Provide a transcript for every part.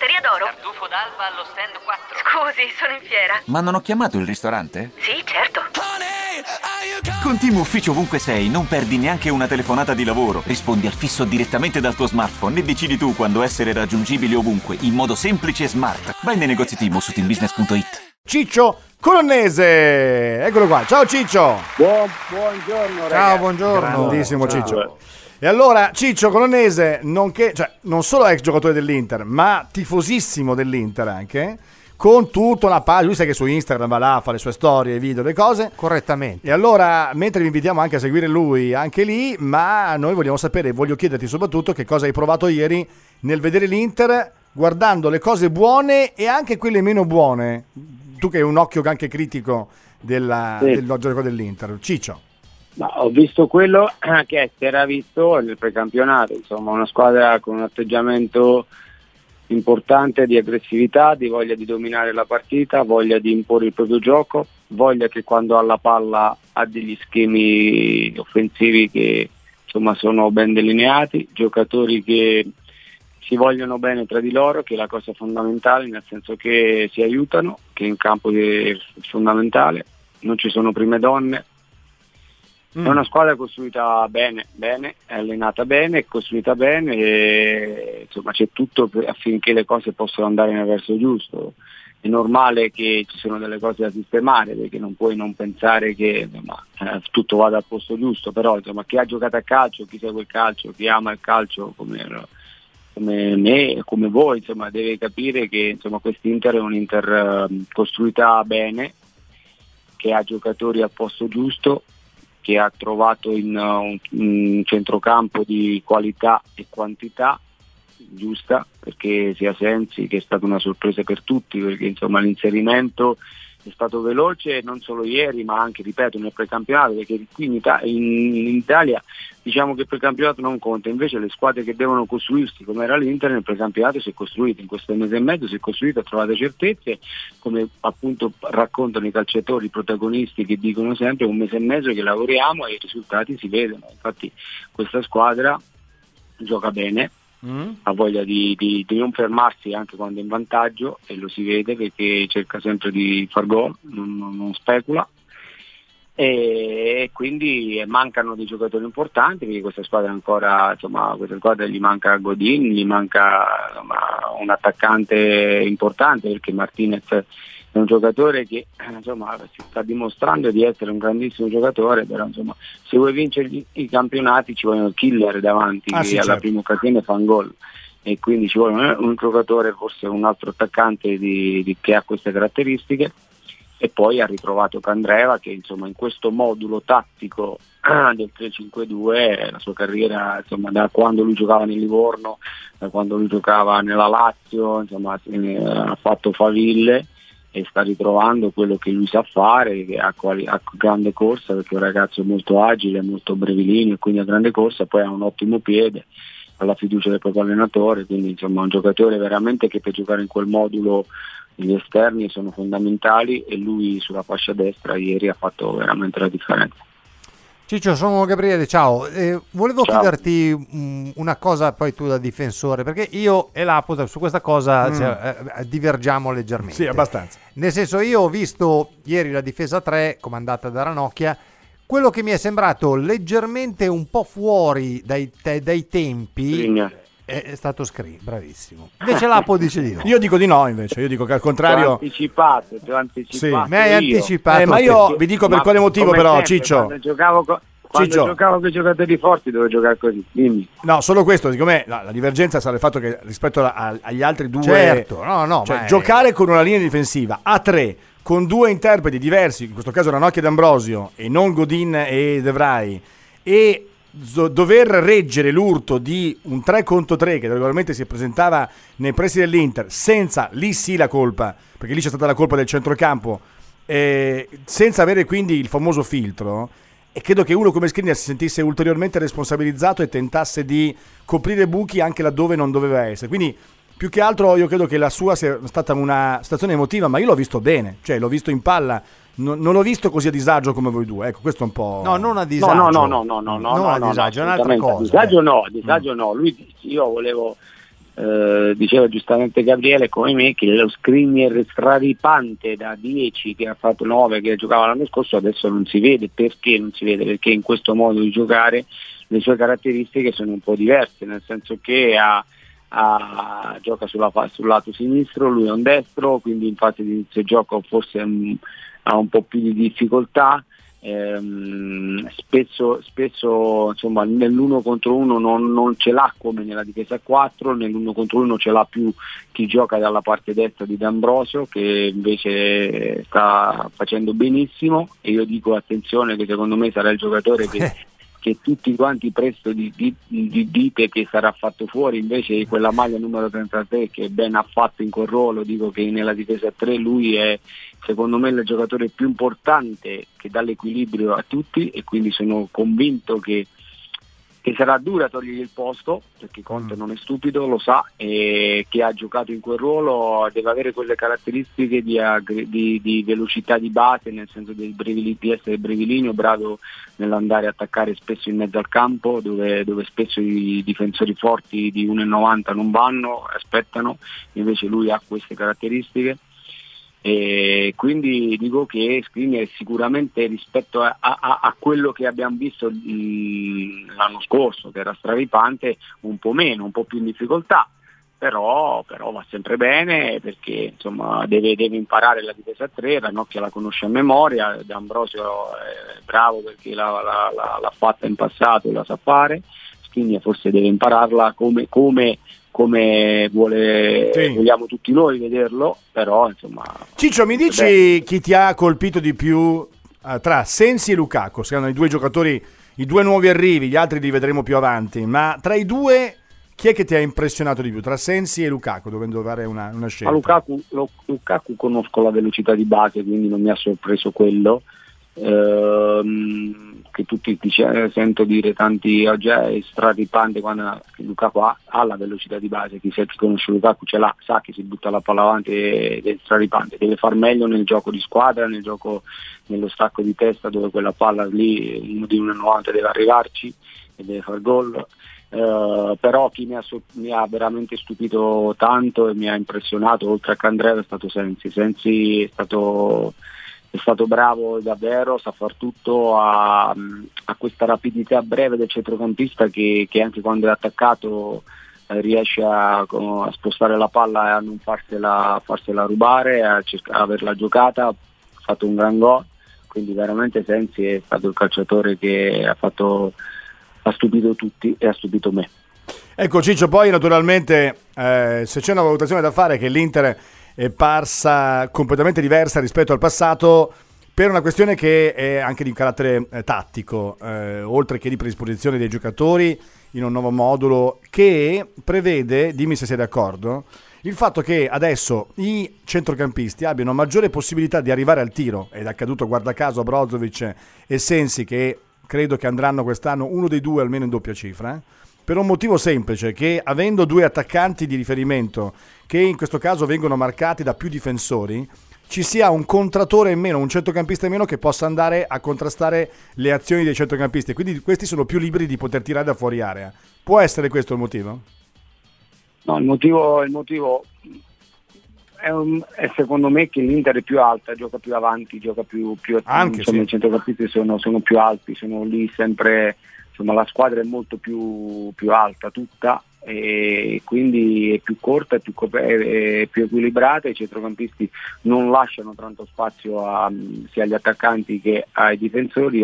Osteria d'Oro. Tartufo d'alba allo stand 4. Scusi, sono in fiera. Ma non ho chiamato il ristorante? Sì, certo. Con Team Ufficio ovunque sei, non perdi neanche una telefonata di lavoro. Rispondi al fisso direttamente dal tuo smartphone e decidi tu quando essere raggiungibile ovunque, in modo semplice e smart. Vai nei negozi Team o su teambusiness.it. Ciccio Colonnese, eccolo qua. Ciao Ciccio. Buongiorno ragazzi. Ciao, buongiorno. Grandissimo Ciccio. E allora Ciccio Colonnese, nonché, cioè, non solo ex giocatore dell'Inter, ma tifosissimo dell'Inter anche, con tutta una pagina. Lui sai che su Instagram va là, fa le sue storie, video, le cose correttamente. E allora, mentre vi invitiamo anche a seguire lui anche lì, ma noi vogliamo sapere, voglio chiederti soprattutto che cosa hai provato ieri nel vedere l'Inter, guardando le cose buone e anche quelle meno buone. Tu che hai un occhio anche critico del gioco dell'Inter, Ciccio. Ma ho visto quello che si era visto nel precampionato, insomma una squadra con un atteggiamento importante di aggressività, di voglia di dominare la partita, voglia di imporre il proprio gioco, voglia che quando ha la palla ha degli schemi offensivi che insomma sono ben delineati, giocatori che si vogliono bene tra di loro, che è la cosa fondamentale, nel senso che si aiutano, che in campo è fondamentale, non ci sono prime donne. È una squadra costruita bene, è allenata bene, è costruita bene e insomma c'è tutto affinché le cose possano andare nel verso giusto. È normale che ci sono delle cose da sistemare, perché non puoi non pensare che tutto vada al posto giusto, però insomma chi ha giocato a calcio, chi segue il calcio, chi ama il calcio come me e come voi, insomma deve capire che insomma quest'Inter è un'Inter costruita bene, che ha giocatori al posto giusto, che ha trovato in un centrocampo di qualità e quantità giusta, perché sia Sensi, che è stata una sorpresa per tutti, perché insomma l'inserimento è stato veloce non solo ieri ma anche, ripeto, nel precampionato, perché qui in Italia diciamo che il precampionato non conta, invece le squadre che devono costruirsi, come era l'Inter, nel precampionato si è costruita, in questo mese e mezzo si è costruita, ha trovato certezze, come appunto raccontano i calciatori, i protagonisti, che dicono sempre un mese e mezzo che lavoriamo e i risultati si vedono. Infatti questa squadra gioca bene, ha voglia di non fermarsi anche quando è in vantaggio, e lo si vede perché cerca sempre di far gol, non specula, e quindi mancano dei giocatori importanti, perché questa squadra ancora, insomma, questa squadra gli manca Godin, gli manca un attaccante importante, perché Martinez è un giocatore che insomma si sta dimostrando di essere un grandissimo giocatore, però insomma se vuoi vincere i campionati ci vogliono killer davanti, che sì, alla certo. prima occasione fa un gol, e quindi ci vuole un giocatore, forse un altro attaccante che ha queste caratteristiche. E poi ha ritrovato Candreva, che insomma in questo modulo tattico del 3-5-2 la sua carriera, insomma, da quando lui giocava nel Livorno, da quando lui giocava nella Lazio, insomma ha fatto faville e sta ritrovando quello che lui sa fare, che ha grande corsa, perché è un ragazzo molto agile, molto brevilineo, quindi ha grande corsa, poi ha un ottimo piede, ha la fiducia del proprio allenatore, quindi insomma un giocatore veramente che per giocare in quel modulo gli esterni sono fondamentali, e lui sulla fascia destra ieri ha fatto veramente la differenza. Ciccio, sono Gabriele, ciao. Volevo chiederti una cosa, poi tu da difensore, perché io e Lapo su questa cosa divergiamo leggermente. Sì, abbastanza. Nel senso, io ho visto ieri la difesa 3 comandata da Ranocchia. Quello che mi è sembrato leggermente un po' fuori dai tempi è stato Screen, bravissimo. Invece Lapo dice di no. Io dico di no, invece. Io dico che al contrario. Ti ho anticipato. Sì. Mi hai anticipato. Ma io vi dico per quale motivo, però, sempre, Ciccio. Quando giocavo con i giocatori forti dovevo giocare così. Dimmi. No, solo questo, secondo me la divergenza sarà il fatto che rispetto agli altri due, certo, cioè, giocare con una linea difensiva a 3 con due interpreti diversi, in questo caso Ranocchia ed Ambrosio e non Godin e De Vrij, e dover reggere l'urto di un 3 contro 3 che regolarmente si presentava nei pressi dell'Inter, senza, lì sì la colpa, perché lì c'è stata la colpa del centrocampo, senza avere quindi il famoso filtro, e credo che uno come Skriniar si sentisse ulteriormente responsabilizzato e tentasse di coprire buchi anche laddove non doveva essere. Quindi più che altro io credo che la sua sia stata una situazione emotiva, ma io l'ho visto bene, cioè l'ho visto in palla, non l'ho visto così a disagio come voi due, ecco, questo è un po'. No, non a disagio. No, non a disagio, è un'altra cosa. Disagio no, io volevo diceva giustamente Gabriele come me che lo Skriniar straripante da 10 che ha fatto 9 che giocava l'anno scorso adesso non si vede. Perché non si vede? Perché in questo modo di giocare le sue caratteristiche sono un po' diverse, nel senso che gioca sul lato sinistro, lui è un destro, quindi in fase di inizio gioco forse ha un po' più di difficoltà. Spesso insomma nell'1 contro 1 non ce l'ha come nella difesa a 4, nell'1 contro 1 ce l'ha più chi gioca dalla parte destra di D'Ambrosio, che invece sta facendo benissimo, e io dico attenzione che secondo me sarà il giocatore che tutti quanti presto dite che sarà fatto fuori, invece quella maglia numero 33 che ben ha fatto in quel ruolo, dico che nella difesa a 3 lui è secondo me il giocatore più importante che dà l'equilibrio a tutti, e quindi sono convinto che sarà dura togliergli il posto, perché Conte non è stupido, lo sa, e che ha giocato in quel ruolo deve avere quelle caratteristiche di velocità di base, nel senso di essere brevilineo, bravo nell'andare a attaccare spesso in mezzo al campo, dove spesso i difensori forti di 1,90 non vanno, aspettano, invece lui ha queste caratteristiche. E quindi dico che Skriniar sicuramente rispetto a quello che abbiamo visto l'anno scorso, che era straripante, un po' meno, un po' più in difficoltà, però va sempre bene, perché insomma deve imparare la difesa a 3, Ranocchia la conosce a memoria, D'Ambrosio è bravo perché l'ha fatta in passato e la sa fare, Skriniar forse deve impararla come vogliamo tutti noi vederlo, però insomma. Ciccio, mi dici chi ti ha colpito di più tra Sensi e Lukaku? Saranno i due giocatori, i due nuovi arrivi, gli altri li vedremo più avanti, ma tra i due chi è che ti ha impressionato di più, tra Sensi e Lukaku, dovendo fare una scelta? Lukaku conosco la velocità di base, quindi non mi ha sorpreso quello. Che tutti sento dire tanti oggi è straripante, quando Lukaku ha la velocità di base. Chi conosce Lukaku ce l'ha, sa che si butta la palla avanti ed è straripante, deve far meglio nel gioco di squadra, nello stacco di testa, dove quella palla lì uno di 1,90 deve arrivarci e deve far gol. Però chi mi ha veramente stupito tanto e mi ha impressionato oltre a Candreva è stato Sensi è stato bravo davvero, sa far tutto, ha questa rapidità breve del centrocampista che anche quando è attaccato riesce a spostare la palla e a non farsela rubare, a averla giocata, ha fatto un gran gol, quindi veramente Sensi è stato il calciatore che ha stupito tutti e ha stupito me. Ecco Ciccio, poi naturalmente se c'è una valutazione da fare che l'Inter è parsa completamente diversa rispetto al passato per una questione che è anche di carattere tattico, oltre che di predisposizione dei giocatori in un nuovo modulo che prevede, dimmi se sei d'accordo, il fatto che adesso i centrocampisti abbiano maggiore possibilità di arrivare al tiro, ed è accaduto guarda caso a Brozovic e Sensi, che credo che andranno quest'anno uno dei due almeno in doppia cifra, per un motivo semplice, che avendo due attaccanti di riferimento che in questo caso vengono marcati da più difensori, ci sia un contrattore in meno, un centrocampista in meno che possa andare a contrastare le azioni dei centrocampisti, quindi questi sono più liberi di poter tirare da fuori area. Può essere questo il motivo? No, il motivo è secondo me che l'Inter è più alta, gioca più avanti, gioca più anche insomma, sì. I centrocampisti sono più alti, sono lì sempre, insomma la squadra è molto più alta tutta, e quindi è più corta, è più equilibrata, i centrocampisti non lasciano tanto spazio sia agli attaccanti che ai difensori,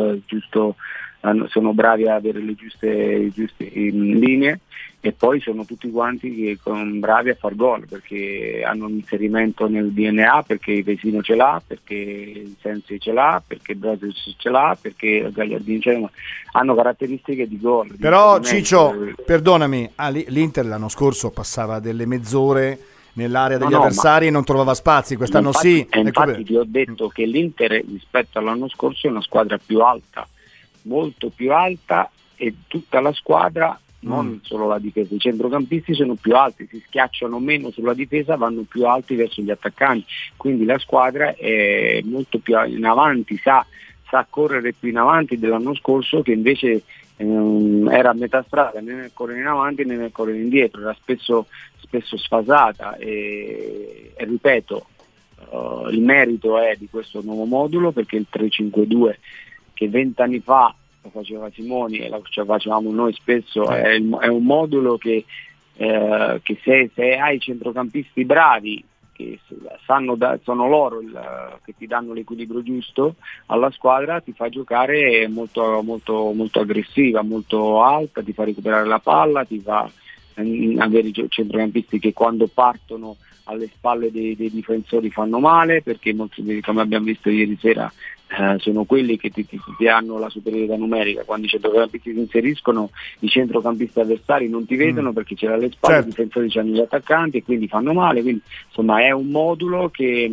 sono bravi a avere le giuste linee, e poi sono tutti quanti che bravi a far gol, perché hanno un inserimento nel DNA, perché il Vesino ce l'ha, perché Sensi ce l'ha, perché Brozovic ce l'ha, perché Gagliardini ce l'ha, hanno caratteristiche di gol. Però Ciccio, perdonami, l'Inter l'anno scorso passava delle mezz'ore nell'area degli avversari e non trovava spazi, quest'anno infatti, sì. Infatti ti ho detto che l'Inter rispetto all'anno scorso è una squadra più alta, molto più alta, e tutta la squadra, non solo la difesa, i centrocampisti sono più alti, si schiacciano meno sulla difesa, vanno più alti verso gli attaccanti, quindi la squadra è molto più in avanti, sa correre più in avanti dell'anno scorso, che invece era a metà strada, né nel correre in avanti né nel correre indietro, era spesso sfasata e ripeto, il merito è di questo nuovo modulo, perché il 3-5-2 che 20 anni fa lo faceva Simoni e lo facevamo noi spesso, è un modulo che se hai centrocampisti bravi che sono loro che ti danno l'equilibrio giusto alla squadra, ti fa giocare molto, molto, molto aggressiva, molto alta, ti fa recuperare la palla, ti fa avere i centrocampisti che quando partono alle spalle dei difensori fanno male, perché molti, come abbiamo visto ieri sera, sono quelli che ti hanno la superiorità numerica. Quando i centrocampisti si inseriscono, i centrocampisti avversari non ti vedono perché c'era alle spalle, certo. I difensori hanno gli attaccanti e quindi fanno male. Quindi insomma è un modulo che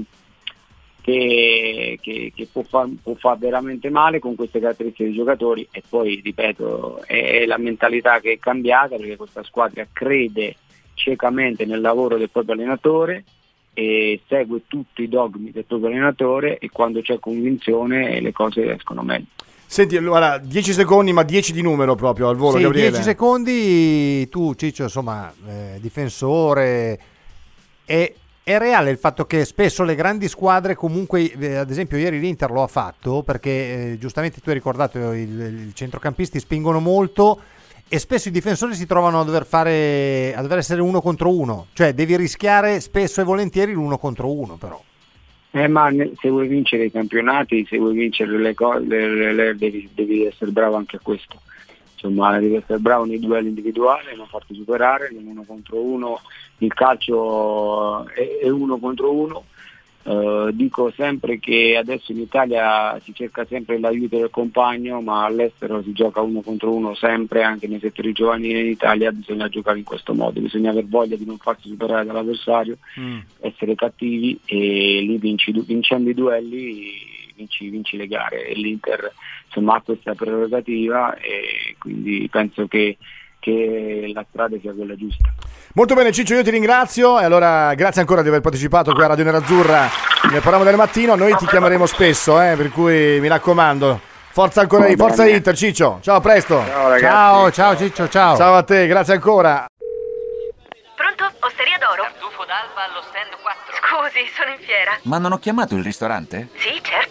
può far veramente male con queste caratteristiche dei giocatori. E poi ripeto, è la mentalità che è cambiata, perché questa squadra crede ciecamente nel lavoro del proprio allenatore e segue tutti i dogmi del proprio allenatore, e quando c'è convinzione le cose escono meglio. Senti, allora 10 secondi, ma 10 di numero proprio al volo, sì, Gabriele. 10 secondi, tu Ciccio, insomma, difensore, è reale il fatto che spesso le grandi squadre comunque, ad esempio ieri l'Inter lo ha fatto, perché giustamente tu hai ricordato, i centrocampisti spingono molto e spesso i difensori si trovano a dover essere uno contro uno, cioè devi rischiare spesso e volentieri l'uno contro uno, però. Ma se vuoi vincere i campionati, se vuoi vincere le cose, devi essere bravo anche a questo. Insomma, devi essere bravo nei duelli individuali, non farti superare, l'uno contro uno. Il calcio è uno contro uno. Dico sempre che adesso in Italia si cerca sempre l'aiuto del compagno, ma all'estero si gioca uno contro uno sempre, anche nei settori giovanili. In Italia bisogna giocare in questo modo, bisogna aver voglia di non farsi superare dall'avversario, essere cattivi, e lì vincendo i duelli vinci le gare, e l'Inter insomma ha questa prerogativa, e quindi penso che la strada sia quella giusta. Molto bene Ciccio, io ti ringrazio, e allora grazie ancora di aver partecipato qui a Radio Nerazzurra nel programma del mattino. Noi ti chiameremo spesso, per cui mi raccomando, forza ancora lì, forza Inter. Ciccio, ciao, a presto. Ciao ragazzi. Ciao Ciccio, ciao. Ciao a te, grazie ancora. Pronto? Osteria d'Oro? Tartufo d'Alba allo stand 4. Scusi, sono in fiera. Ma non ho chiamato il ristorante? Sì, certo.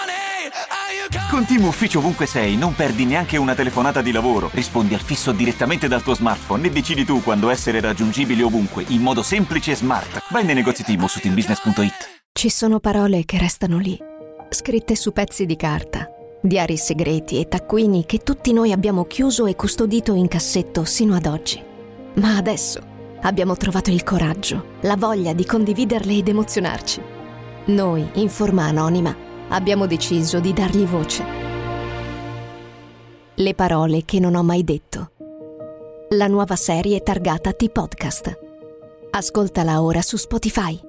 Con Team Ufficio ovunque sei non perdi neanche una telefonata di lavoro. Rispondi al fisso direttamente dal tuo smartphone e decidi tu quando essere raggiungibile ovunque, in modo semplice e smart. Vai nei negozi Team su teambusiness.it. Ci sono parole che restano lì, scritte su pezzi di carta, diari segreti e taccuini che tutti noi abbiamo chiuso e custodito in cassetto sino ad oggi. Ma adesso abbiamo trovato il coraggio, la voglia di condividerle ed emozionarci. Noi, in forma anonima, abbiamo deciso di dargli voce. Le parole che non ho mai detto. La nuova serie targata T-Podcast. Ascoltala ora su Spotify.